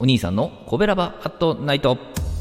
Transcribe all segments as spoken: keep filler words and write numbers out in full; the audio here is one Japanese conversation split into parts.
お兄さんのコベラバアットナイト。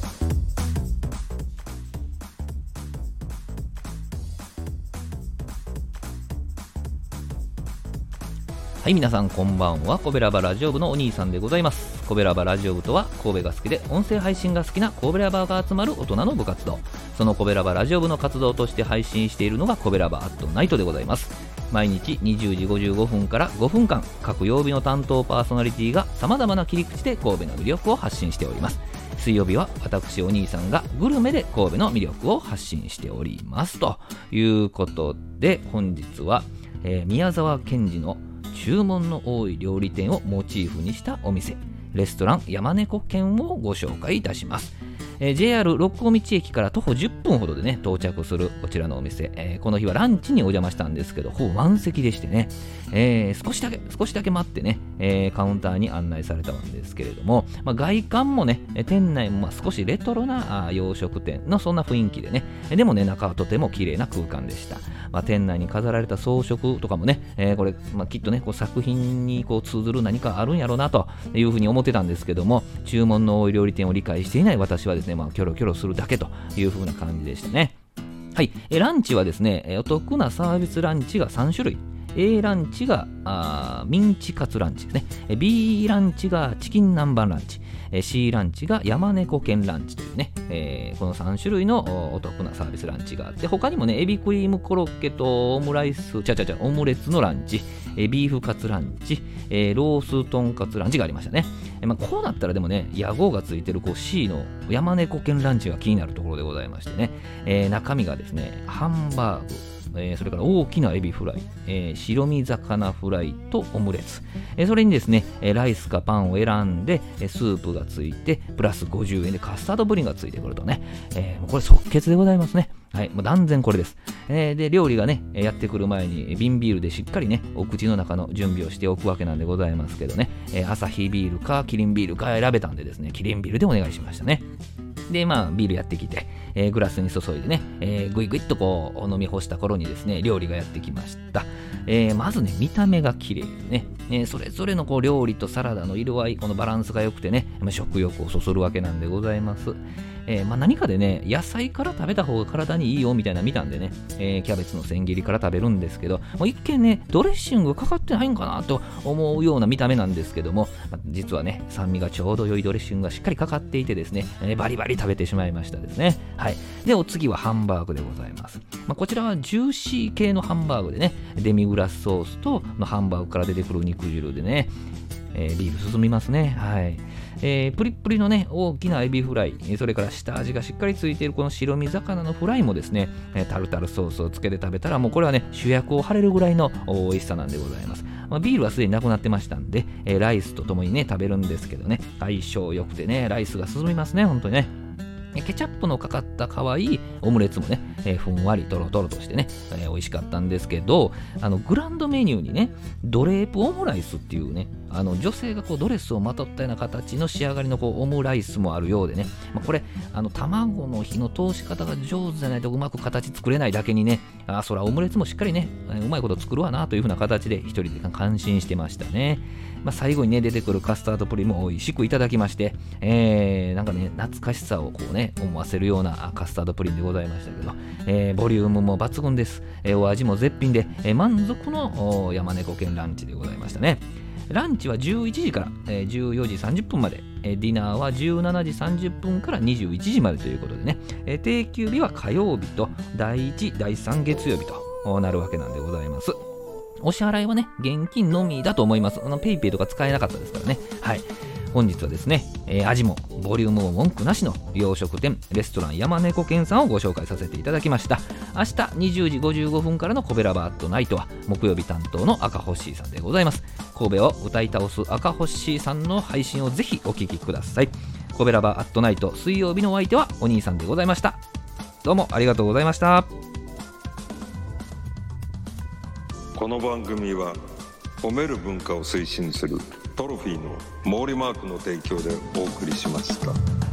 はい、皆さんこんばんは。コベラバラジオ部のお兄さんでございます。コベラバラジオ部とは、神戸が好きで音声配信が好きなコベラバが集まる大人の部活動。そのコベラバラジオ部の活動として配信しているのがコベラバアットナイトでございます。毎日にじゅうじごじゅうごふんからごふんかん、各曜日の担当パーソナリティが様々な切り口で神戸の魅力を発信しております。水曜日は私お兄さんがグルメで神戸の魅力を発信しておりますということで、本日は、えー、宮沢賢治の注文の多い料理店をモチーフにしたお店、レストラン山猫軒をご紹介いたします。えー、ジェイアール 六甲道駅から徒歩じゅっぷんほどでね到着するこちらのお店、えー、この日はランチにお邪魔したんですけど、ほぼ満席でしてね、えー、少しだけ少しだけ待ってね、えー、カウンターに案内されたんですけれども、まあ、外観もね店内もまあ少しレトロなあ洋食店のそんな雰囲気でね、でもね中はとても綺麗な空間でした。まあ、店内に飾られた装飾とかもね、えー、これ、まあ、きっとねこう作品にこう通ずる何かあるんやろうなというふうに思ってたんですけども、注文の多い料理店を理解していない私はですね、まあ、キョロキョロするだけというふうな感じでしたね。はい、えランチはですね、お得なサービスランチがさん種類。A ランチがあミンチカツランチですね。B ランチがチキン南蛮ランチ。C ランチが山猫軒ランチというね、えー、このさん種類のお得なサービスランチがあって、他にもねエビクリームコロッケとオムライスちゃちゃちゃオムレツのランチ、えビーフカツランチ、えー、ローストンカツランチがありましたね。えーまあ、こうなったらでもね屋号がついてるこう C の山猫軒ランチが気になるところでございましてね、えー、中身がですねハンバーグ、えー、それから大きなエビフライ、えー、白身魚フライとオムレツ、えー、それにですねライスかパンを選んでスープがついてプラスごじゅうえんでカスタードプリンがついてくるとね、えー、これ即決でございますね。はい、もう断然これです。えー、で料理がねやってくる前に瓶ビールでしっかりねお口の中の準備をしておくわけなんでございますけどね、えー、アサヒビールかキリンビールか選べたんでですね、キリンビールでお願いしましたね。でまあビールやってきて、えー、グラスに注いでね、えー、ぐいぐいっとこう飲み干した頃にですね料理がやってきました。えー、まずね見た目が綺麗ですね、えー、それぞれのこう料理とサラダの色合い、このバランスが良くてね、まあ、食欲をそそるわけなんでございます。えーまあ、何かでね野菜から食べた方が体にいいよみたいなの見たんでね、えー、キャベツの千切りから食べるんですけど、もう一見ねドレッシングかかってないんかなと思うような見た目なんですけども、まあ、実はね酸味がちょうど良いドレッシングがしっかりかかっていてですね、えー、バリバリ食べてしまいましたですね。はい。でお次はハンバーグでございます。まあ、こちらはジューシー系のハンバーグでね、デミグラスソースとのハンバーグから出てくる肉汁でね、えー、ビール進みますね。はい。えー、プリップリのね大きなエビフライ、それから下味がしっかりついているこの白身魚のフライもですね、タルタルソースをつけて食べたらもうこれはね主役を張れるぐらいの美味しさなんでございます。まあ、ビールはすでになくなってましたんで、えー、ライスとともにね食べるんですけどね、相性良くてねライスが進みますね本当にね。ケチャップのかかった可愛いオムレツもね、えー、ふんわりトロトロとしてね、えー、美味しかったんですけど、あのグランドメニューにねドレープオムライスっていうね、あの女性がこうドレスをまとったような形の仕上がりのこうオムライスもあるようでね、まあ、これあの卵の火の通し方が上手じゃないとうまく形作れないだけにね、あそらオムレツもしっかりねうまいこと作るわなというふうな形で一人で感心してましたね。まあ、最後にね出てくるカスタードプリンも美味しくいただきまして、えー、なんかね懐かしさをこうね思わせるようなカスタードプリンでございましたけど、えー、ボリュームも抜群です、えー、お味も絶品で、えー、満足の山猫軒ランチでございましたね。ランチはじゅういちじから、えー、じゅうよじさんじゅっぷんまで、えー、ディナーはじゅうしちじさんじゅっぷんからにじゅういちじまでということでね、えー、定休日は火曜日とだいいち、だいさん月曜日となるわけなんでございます。お支払いはね現金のみだと思います。あのペイペイとか使えなかったですからね。はい。本日はですね、えー、味もボリュームも文句なしの洋食店レストラン山猫軒さんをご紹介させていただきました。明日にじゅうじごじゅうごふんからのコベラバーットナイトは木曜日担当の赤星さんでございます。神戸を歌い倒す赤星さんの配信をぜひお聞きください。コベラバーットナイト水曜日のお相手はお兄さんでございました。どうもありがとうございました。 この番組は褒める文化を推進するトロフィーの毛利マークの提供でお送りしました。